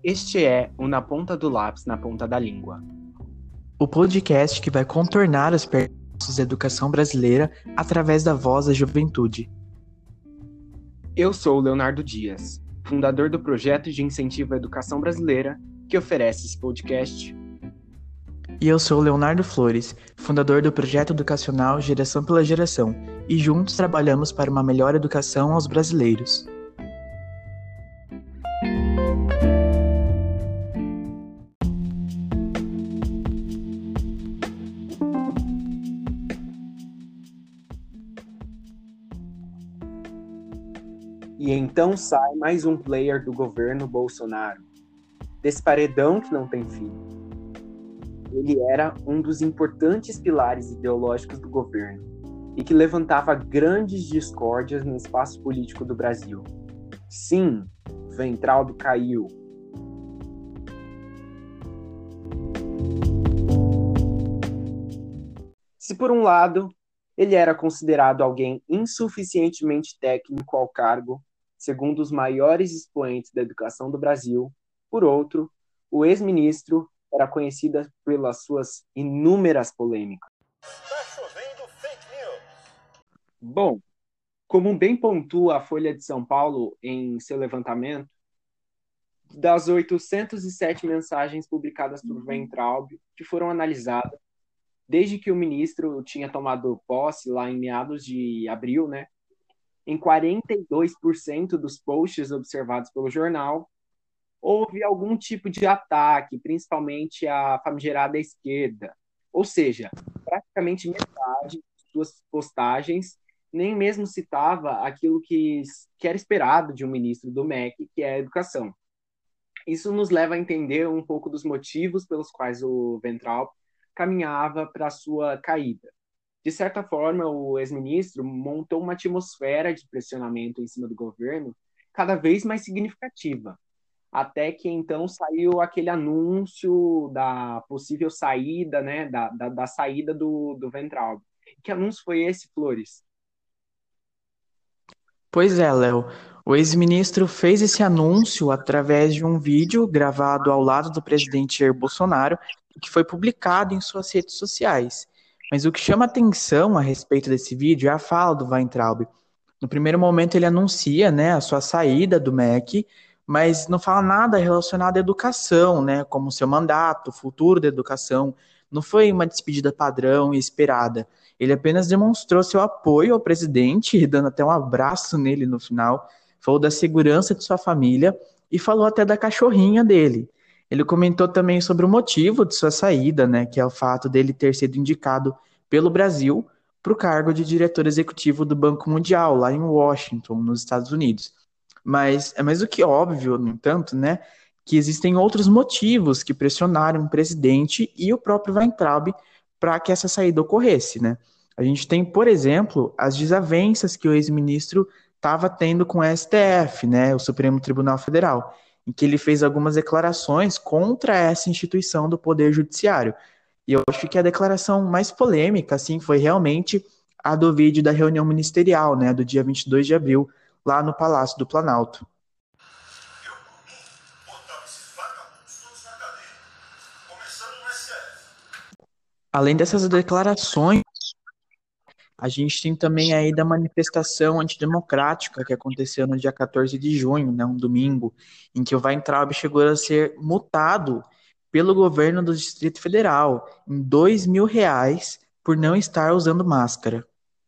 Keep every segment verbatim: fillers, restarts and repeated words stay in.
Este é o Na Ponta do Lápis, na Ponta da Língua. O podcast que vai contornar os percursos da educação brasileira através da voz da juventude. Eu sou o Leonardo Dias, fundador do projeto de incentivo à educação brasileira, que oferece esse podcast. E eu sou o Leonardo Flores, fundador do projeto educacional Geração pela Geração, e juntos trabalhamos para uma melhor educação aos brasileiros. E então sai mais um player do governo Bolsonaro, desse paredão que não tem fim. Ele era um dos importantes pilares ideológicos do governo e que levantava grandes discórdias no espaço político do Brasil. Sim, Weintraub caiu. Se por um lado, ele era considerado alguém insuficientemente técnico ao cargo, segundo os maiores expoentes da educação do Brasil, por outro, o ex-ministro era conhecido pelas suas inúmeras polêmicas. Tá chovendo fake news. Bom, como bem pontua a Folha de São Paulo em seu levantamento, das oitocentas e sete mensagens publicadas por Weintraub, que foram analisadas, desde que o ministro tinha tomado posse lá em meados de abril, né? Em quarenta e dois por cento dos posts observados pelo jornal, houve algum tipo de ataque, principalmente à famigerada esquerda. Ou seja, praticamente metade de suas postagens nem mesmo citava aquilo que, que era esperado de um ministro do M E C, que é a educação. Isso nos leva a entender um pouco dos motivos pelos quais o Weintraub caminhava para a sua caída. De certa forma, o ex-ministro montou uma atmosfera de pressionamento em cima do governo cada vez mais significativa, até que então saiu aquele anúncio da possível saída, né, da, da, da saída do, do Weintraub. Que anúncio foi esse, Flores? Pois é, Léo. O ex-ministro fez esse anúncio através de um vídeo gravado ao lado do presidente Jair Bolsonaro, que foi publicado em suas redes sociais. Mas o que chama atenção a respeito desse vídeo é a fala do Weintraub. No primeiro momento ele anuncia, né, a sua saída do M E C, mas não fala nada relacionado à educação, né, como seu mandato, o futuro da educação. Não foi uma despedida padrão e esperada. Ele apenas demonstrou seu apoio ao presidente, dando até um abraço nele no final, falou da segurança de sua família e falou até da cachorrinha dele. Ele comentou também sobre o motivo de sua saída, né, que é o fato dele ter sido indicado pelo Brasil para o cargo de diretor executivo do Banco Mundial, lá em Washington, nos Estados Unidos. Mas é mais do que óbvio, no entanto, né, que existem outros motivos que pressionaram o presidente e o próprio Weintraub para que essa saída ocorresse, né? A gente tem, por exemplo, as desavenças que o ex-ministro estava tendo com o S T F, né, o Supremo Tribunal Federal, em que ele fez algumas declarações contra essa instituição do Poder Judiciário. E eu acho que a declaração mais polêmica, assim, foi realmente a do vídeo da reunião ministerial, né, do dia vinte e dois de abril, lá no Palácio do Planalto. Eu, por mim, botava esses vagabundos todos na cadeia. Começando no S T F. Além dessas declarações, a gente tem também aí da manifestação antidemocrática que aconteceu no dia quatorze de junho, né, um domingo, em que o Weintraub chegou a ser multado pelo governo do Distrito Federal em dois mil reais por não estar usando máscara.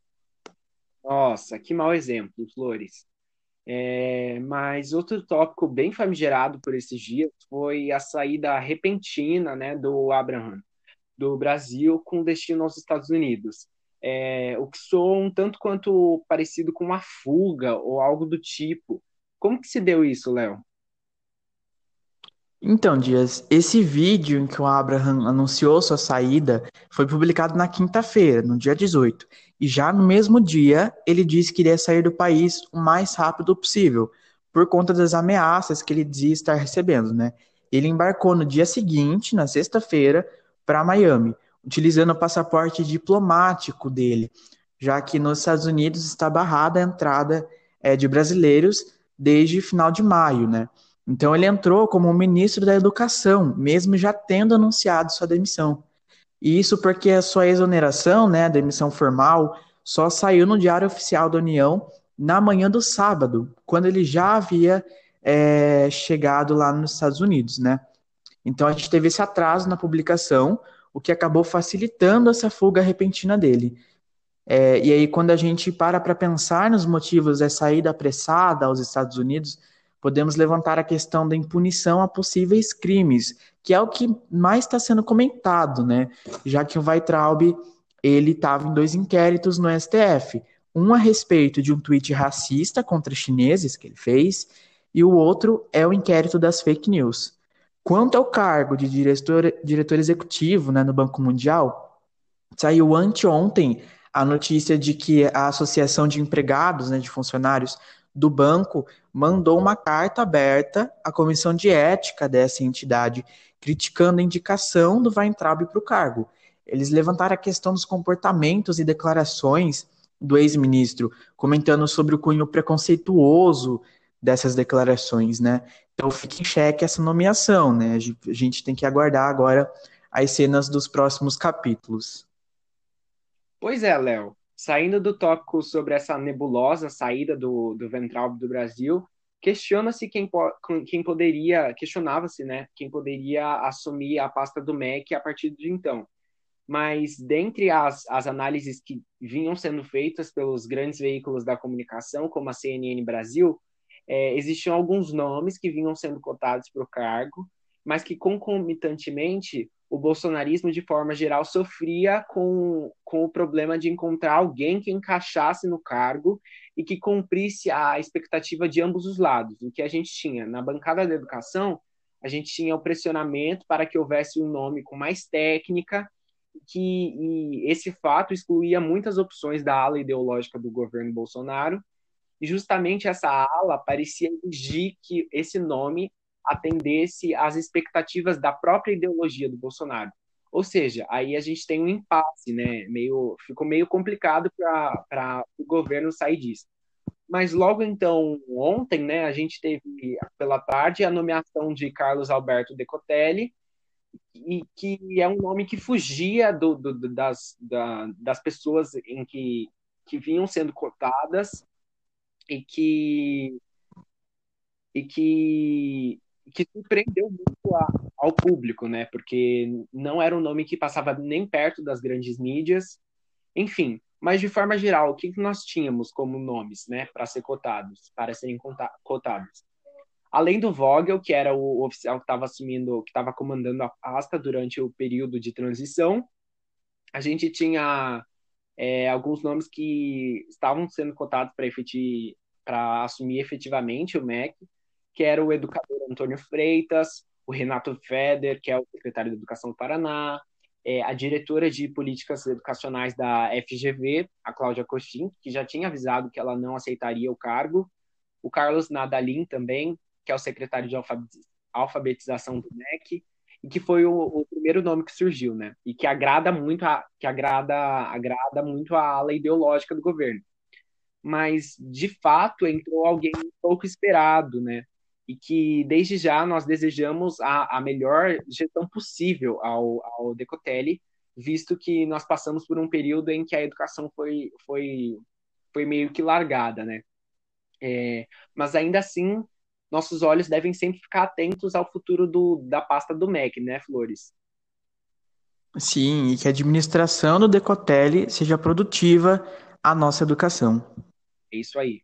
Nossa, que mau exemplo, Flores. É, mas outro tópico bem famigerado por esses dias foi a saída repentina, né, do Abraham do Brasil com destino aos Estados Unidos. É, o que soa um tanto quanto parecido com uma fuga ou algo do tipo. Como que se deu isso, Léo? Então, Dias, esse vídeo em que o Abraham anunciou sua saída foi publicado na quinta-feira, no dia dezoito. E já no mesmo dia, ele disse que iria sair do país o mais rápido possível, por conta das ameaças que ele dizia estar recebendo, né? Ele embarcou no dia seguinte, na sexta-feira, para Miami, utilizando o passaporte diplomático dele, já que nos Estados Unidos está barrada a entrada é, de brasileiros desde final de maio, né? Então ele entrou como ministro da Educação, mesmo já tendo anunciado sua demissão. E isso porque a sua exoneração, né, a demissão formal, só saiu no Diário Oficial da União na manhã do sábado, quando ele já havia é, chegado lá nos Estados Unidos, né? Então a gente teve esse atraso na publicação, o que acabou facilitando essa fuga repentina dele. É, e aí, quando a gente para para pensar nos motivos dessa saída apressada aos Estados Unidos, podemos levantar a questão da impunição a possíveis crimes, que é o que mais está sendo comentado, né? Já que o Weintraub ele estava em dois inquéritos no S T F, um a respeito de um tweet racista contra chineses que ele fez, e o outro é o inquérito das fake news. Quanto ao cargo de diretor, diretor executivo, né, no Banco Mundial, saiu anteontem a notícia de que a Associação de Empregados, né, de funcionários do banco, mandou uma carta aberta à comissão de ética dessa entidade, criticando a indicação do Weintraub para o cargo. Eles levantaram a questão dos comportamentos e declarações do ex-ministro, comentando sobre o cunho preconceituoso dessas declarações, né? Então fica em xeque essa nomeação, né? A gente tem que aguardar agora as cenas dos próximos capítulos. Pois é, Léo. Saindo do tópico sobre essa nebulosa saída do, do Weintraub do Brasil, questiona-se quem, po quem poderia, questionava-se, né, quem poderia assumir a pasta do M E C a partir de então. Mas dentre as, as análises que vinham sendo feitas pelos grandes veículos da comunicação, como a C N N Brasil, é, existiam alguns nomes que vinham sendo cotados para o cargo, mas que concomitantemente o bolsonarismo, de forma geral, sofria com, com o problema de encontrar alguém que encaixasse no cargo e que cumprisse a expectativa de ambos os lados. O que a gente tinha na bancada da educação, a gente tinha o pressionamento para que houvesse um nome com mais técnica, que e esse fato excluía muitas opções da ala ideológica do governo Bolsonaro, e justamente essa ala parecia exigir que esse nome atendesse às expectativas da própria ideologia do Bolsonaro. Ou seja, aí a gente tem um impasse, né? Meio, ficou meio complicado para o governo sair disso. Mas logo então, ontem, né, a gente teve pela tarde a nomeação de Carlos Alberto Decotelli, e que é um nome que fugia do, do, das, da, das pessoas em que, que vinham sendo cotadas e que, e que, que surpreendeu muito a, ao público, né? Porque não era um nome que passava nem perto das grandes mídias, enfim. Mas, de forma geral, o que nós tínhamos como nomes, né, para ser cotados, para serem cotados? Além do Vogel, que era o oficial que estava assumindo, que estava comandando a pasta durante o período de transição, a gente tinha é, alguns nomes que estavam sendo cotados para efetiv- para assumir efetivamente o M E C, que era o educador Antônio Freitas, o Renato Feder, que é o secretário de Educação do Paraná, é, a diretora de Políticas Educacionais da F G V, a Cláudia Cochin, que já tinha avisado que ela não aceitaria o cargo, o Carlos Nadalim também, que é o secretário de alfabetização do M E C, e que foi o, o primeiro nome que surgiu, né? E que agrada muito a, que agrada, agrada muito a ala ideológica do governo. Mas, de fato, entrou alguém pouco esperado, né? E que, desde já, nós desejamos a, a melhor gestão possível ao, ao Decotelli, visto que nós passamos por um período em que a educação foi, foi, foi meio que largada, né? É, mas, ainda assim, nossos olhos devem sempre ficar atentos ao futuro do, da pasta do M E C, né, Flores? Sim, e que a administração do Decotelli seja produtiva à nossa educação. É isso aí.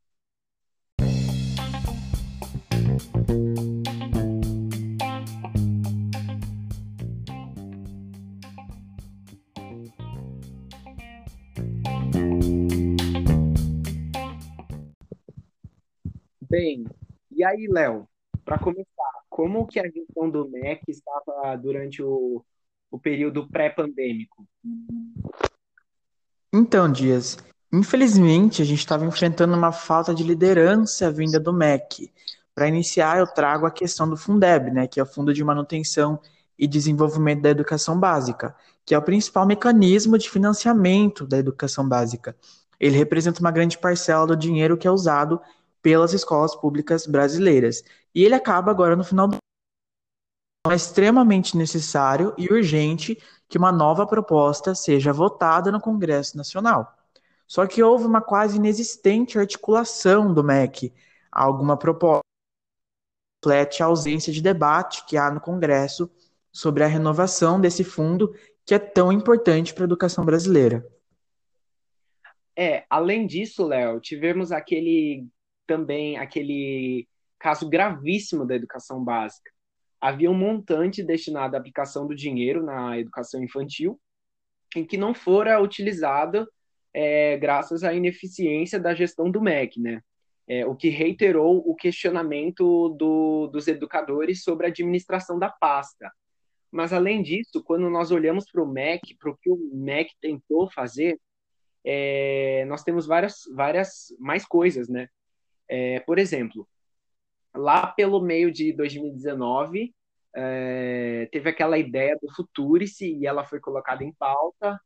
Bem, e aí, Léo, para começar, como que a gestão do M E C estava durante o, o período pré-pandêmico? Então, Dias, infelizmente a gente estava enfrentando uma falta de liderança vinda do M E C. Para iniciar, eu trago a questão do Fundeb, né, que é o Fundo de Manutenção e Desenvolvimento da Educação Básica, que é o principal mecanismo de financiamento da educação básica. Ele representa uma grande parcela do dinheiro que é usado pelas escolas públicas brasileiras. E ele acaba agora no final do ano. É extremamente necessário e urgente que uma nova proposta seja votada no Congresso Nacional. Só que houve uma quase inexistente articulação do M E C a alguma proposta, reflete a ausência de debate que há no Congresso sobre a renovação desse fundo que é tão importante para a educação brasileira. É, além disso, Léo, tivemos aquele também aquele caso gravíssimo da educação básica. Havia um montante destinado à aplicação do dinheiro na educação infantil em que não fora utilizado é, graças à ineficiência da gestão do M E C, né? É, o que reiterou o questionamento do, dos educadores sobre a administração da pasta. Mas, além disso, quando nós olhamos para o M E C, para o que o M E C tentou fazer, é, nós temos várias, várias mais coisas, né? É, por exemplo, lá pelo meio de dois mil e dezenove, é, teve aquela ideia do Futurice e ela foi colocada em pauta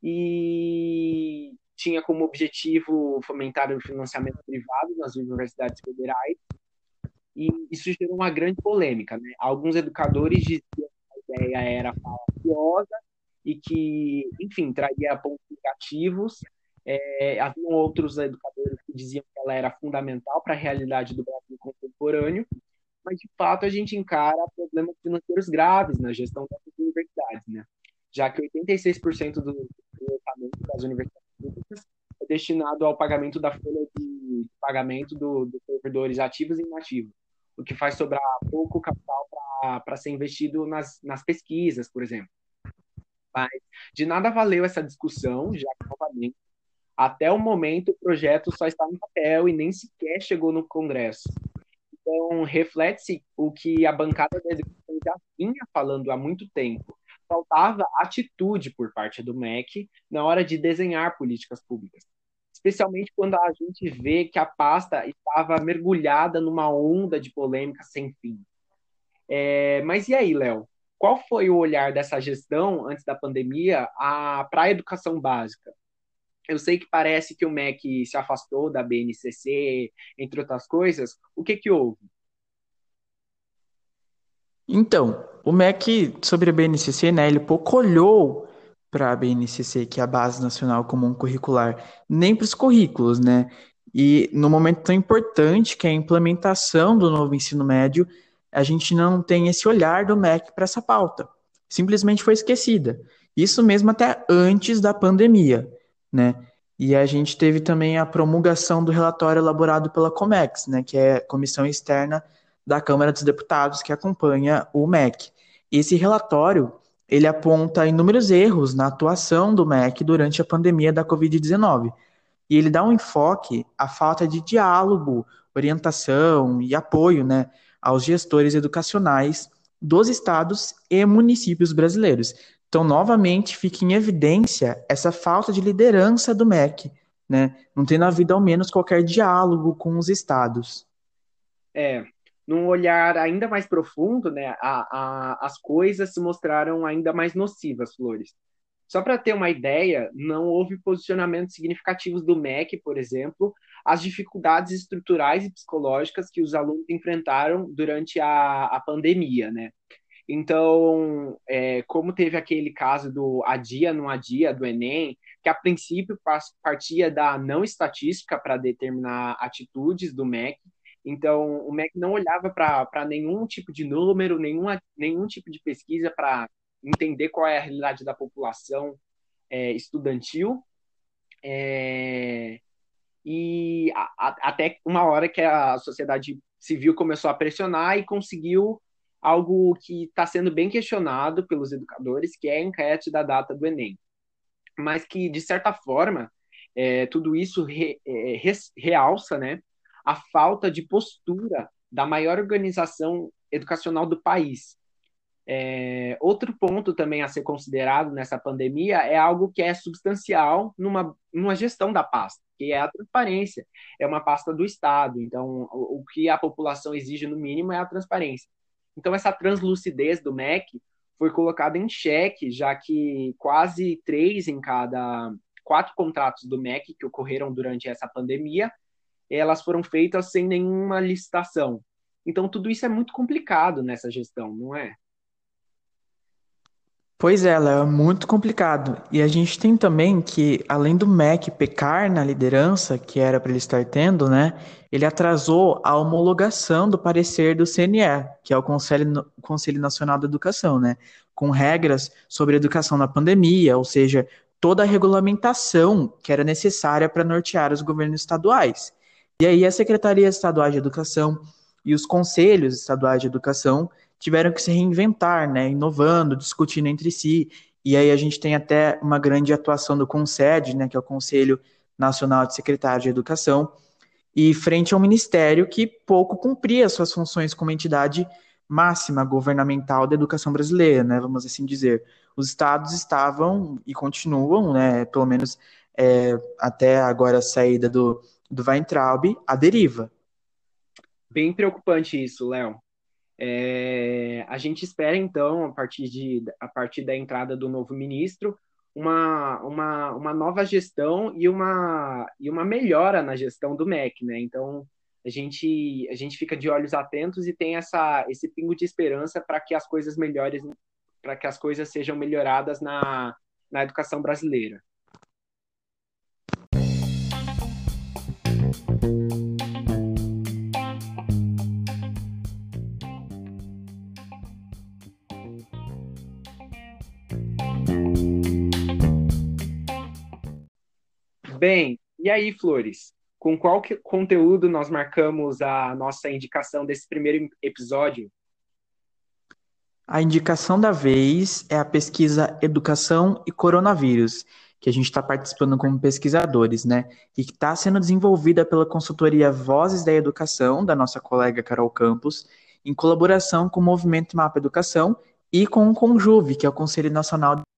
e tinha como objetivo fomentar o financiamento privado nas universidades federais, e isso gerou uma grande polêmica, né? Alguns educadores diziam que a ideia era falaciosa e que, enfim, traria pontos negativos. É, haviam outros educadores que diziam que ela era fundamental para a realidade do Brasil contemporâneo, mas de fato a gente encara problemas financeiros graves na gestão dessas universidades, né? Já que oitenta e seis por cento do orçamento das universidades públicas é destinado ao pagamento da folha de pagamento do, dos servidores ativos e inativos, o que faz sobrar pouco capital para ser investido nas, nas pesquisas, por exemplo. Mas de nada valeu essa discussão, já que, novamente, até o momento o projeto só está no papel e nem sequer chegou no Congresso. Então, reflete-se o que a bancada da educação já vinha falando há muito tempo. Faltava atitude por parte do M E C na hora de desenhar políticas públicas, especialmente quando a gente vê que a pasta estava mergulhada numa onda de polêmica sem fim. É, mas e aí, Léo? Qual foi o olhar dessa gestão antes da pandemia para a educação básica? Eu sei que parece que o M E C se afastou da B N C C, entre outras coisas. O que que houve? Então, o M E C sobre a B N C C, né, ele pouco olhou para a B N C C, que é a Base Nacional Comum Curricular, nem para os currículos, né? E no momento tão importante que é a implementação do novo ensino médio, a gente não tem esse olhar do M E C para essa pauta. Simplesmente foi esquecida. Isso mesmo até antes da pandemia, né? E a gente teve também a promulgação do relatório elaborado pela Comex, né, que é a Comissão Externa da Câmara dos Deputados que acompanha o M E C. Esse relatório, ele aponta inúmeros erros na atuação do M E C durante a pandemia da covid dezenove. E ele dá um enfoque à falta de diálogo, orientação e apoio, né, aos gestores educacionais dos estados e municípios brasileiros. Então, novamente, fica em evidência essa falta de liderança do M E C, né, não tendo havido ao menos qualquer diálogo com os estados. É, num olhar ainda mais profundo, né, a, a, as coisas se mostraram ainda mais nocivas, Flores. Só para ter uma ideia, não houve posicionamentos significativos do M E C, por exemplo, às dificuldades estruturais e psicológicas que os alunos enfrentaram durante a, a pandemia, né? Então, é, como teve aquele caso do adia, não adia, do Enem, que a princípio partia da não estatística para determinar atitudes do M E C, então o M E C não olhava para nenhum tipo de número, nenhuma, nenhum tipo de pesquisa para entender qual é a realidade da população é, estudantil, é, e a, a, até uma hora que a sociedade civil começou a pressionar e conseguiu algo que está sendo bem questionado pelos educadores, que é a enquete da data do Enem. Mas que, de certa forma, é, tudo isso re, é, re, realça, né, a falta de postura da maior organização educacional do país. É, outro ponto também a ser considerado nessa pandemia é algo que é substancial numa, numa gestão da pasta, que é a transparência. É uma pasta do Estado, então o, o que a população exige no mínimo é a transparência. Então essa translucidez do M E C foi colocada em xeque, já que quase três em cada quatro contratos do M E C que ocorreram durante essa pandemia elas foram feitas sem nenhuma licitação. Então, tudo isso é muito complicado nessa gestão, não é? Pois é, Léo, é muito complicado. E a gente tem também que, além do M E C pecar na liderança, que era para ele estar tendo, né? Ele atrasou a homologação do parecer do C N E, que é o Conselho, Conselho Nacional da Educação, né? Com regras sobre educação na pandemia, ou seja, toda a regulamentação que era necessária para nortear os governos estaduais. E aí a Secretaria Estadual de Educação e os conselhos estaduais de educação tiveram que se reinventar, né, inovando, discutindo entre si. E aí a gente tem até uma grande atuação do CONSED, né, que é o Conselho Nacional de Secretários de Educação, e frente ao ministério que pouco cumpria suas funções como entidade máxima governamental da educação brasileira, né, vamos assim dizer. Os estados estavam e continuam, né, pelo menos é, até agora a saída do, do Weintraub, à deriva. Bem preocupante isso, Léo. É, a gente espera, então, a partir, de, a partir da entrada do novo ministro, uma, uma, uma nova gestão e uma, e uma melhora na gestão do M E C, né? Então, a gente, a gente fica de olhos atentos e tem essa, esse pingo de esperança para que as coisas melhores, para que as coisas sejam melhoradas na, na educação brasileira. Bem, e aí, Flores? Com qual que- conteúdo nós marcamos a nossa indicação desse primeiro episódio? A indicação da vez é a pesquisa Educação e Coronavírus, que a gente está participando como pesquisadores, né? E que está sendo desenvolvida pela consultoria Vozes da Educação, da nossa colega Carol Campos, em colaboração com o Movimento Mapa Educação e com o Conjuve, que é o Conselho Nacional de...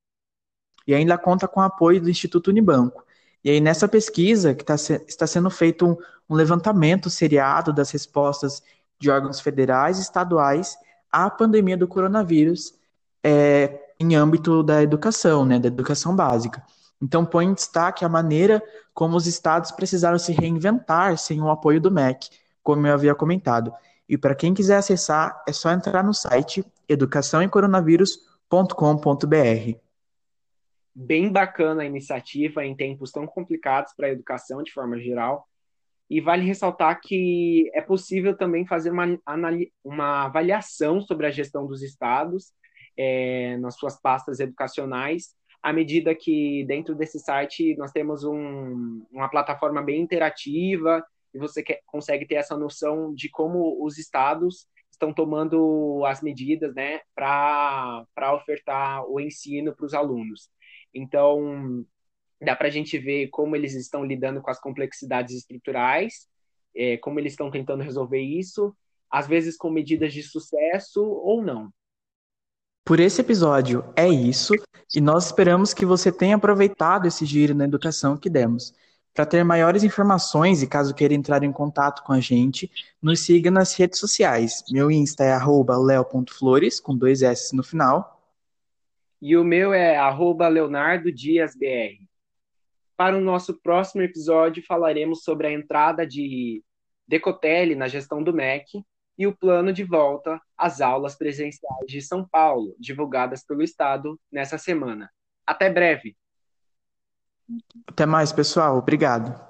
E ainda conta com o apoio do Instituto Unibanco. E aí, nessa pesquisa, que tá se... está sendo feito um, um levantamento seriado das respostas de órgãos federais e estaduais à pandemia do coronavírus é, em âmbito da educação, né, da educação básica. Então, põe em destaque a maneira como os estados precisaram se reinventar sem o apoio do M E C, como eu havia comentado. E para quem quiser acessar, é só entrar no site educação e coronavírus ponto com ponto b r. Bem bacana a iniciativa em tempos tão complicados para a educação de forma geral. E vale ressaltar que é possível também fazer uma, uma avaliação sobre a gestão dos estados é, nas suas pastas educacionais, à medida que dentro desse site nós temos um, uma plataforma bem interativa e você quer, consegue ter essa noção de como os estados estão tomando as medidas, né, para ofertar o ensino para os alunos. Então, dá para a gente ver como eles estão lidando com as complexidades estruturais, é, como eles estão tentando resolver isso, às vezes com medidas de sucesso ou não. Por esse episódio é isso, e nós esperamos que você tenha aproveitado esse giro na educação que demos. Para ter maiores informações e caso queira entrar em contato com a gente, nos siga nas redes sociais. Meu Insta é arroba leo ponto flores, com dois S no final. E o meu é arroba Leonardo Dias B R. Para o nosso próximo episódio, falaremos sobre a entrada de Decotelli na gestão do M E C e o plano de volta às aulas presenciais de São Paulo, divulgadas pelo Estado nessa semana. Até breve! Até mais, pessoal. Obrigado.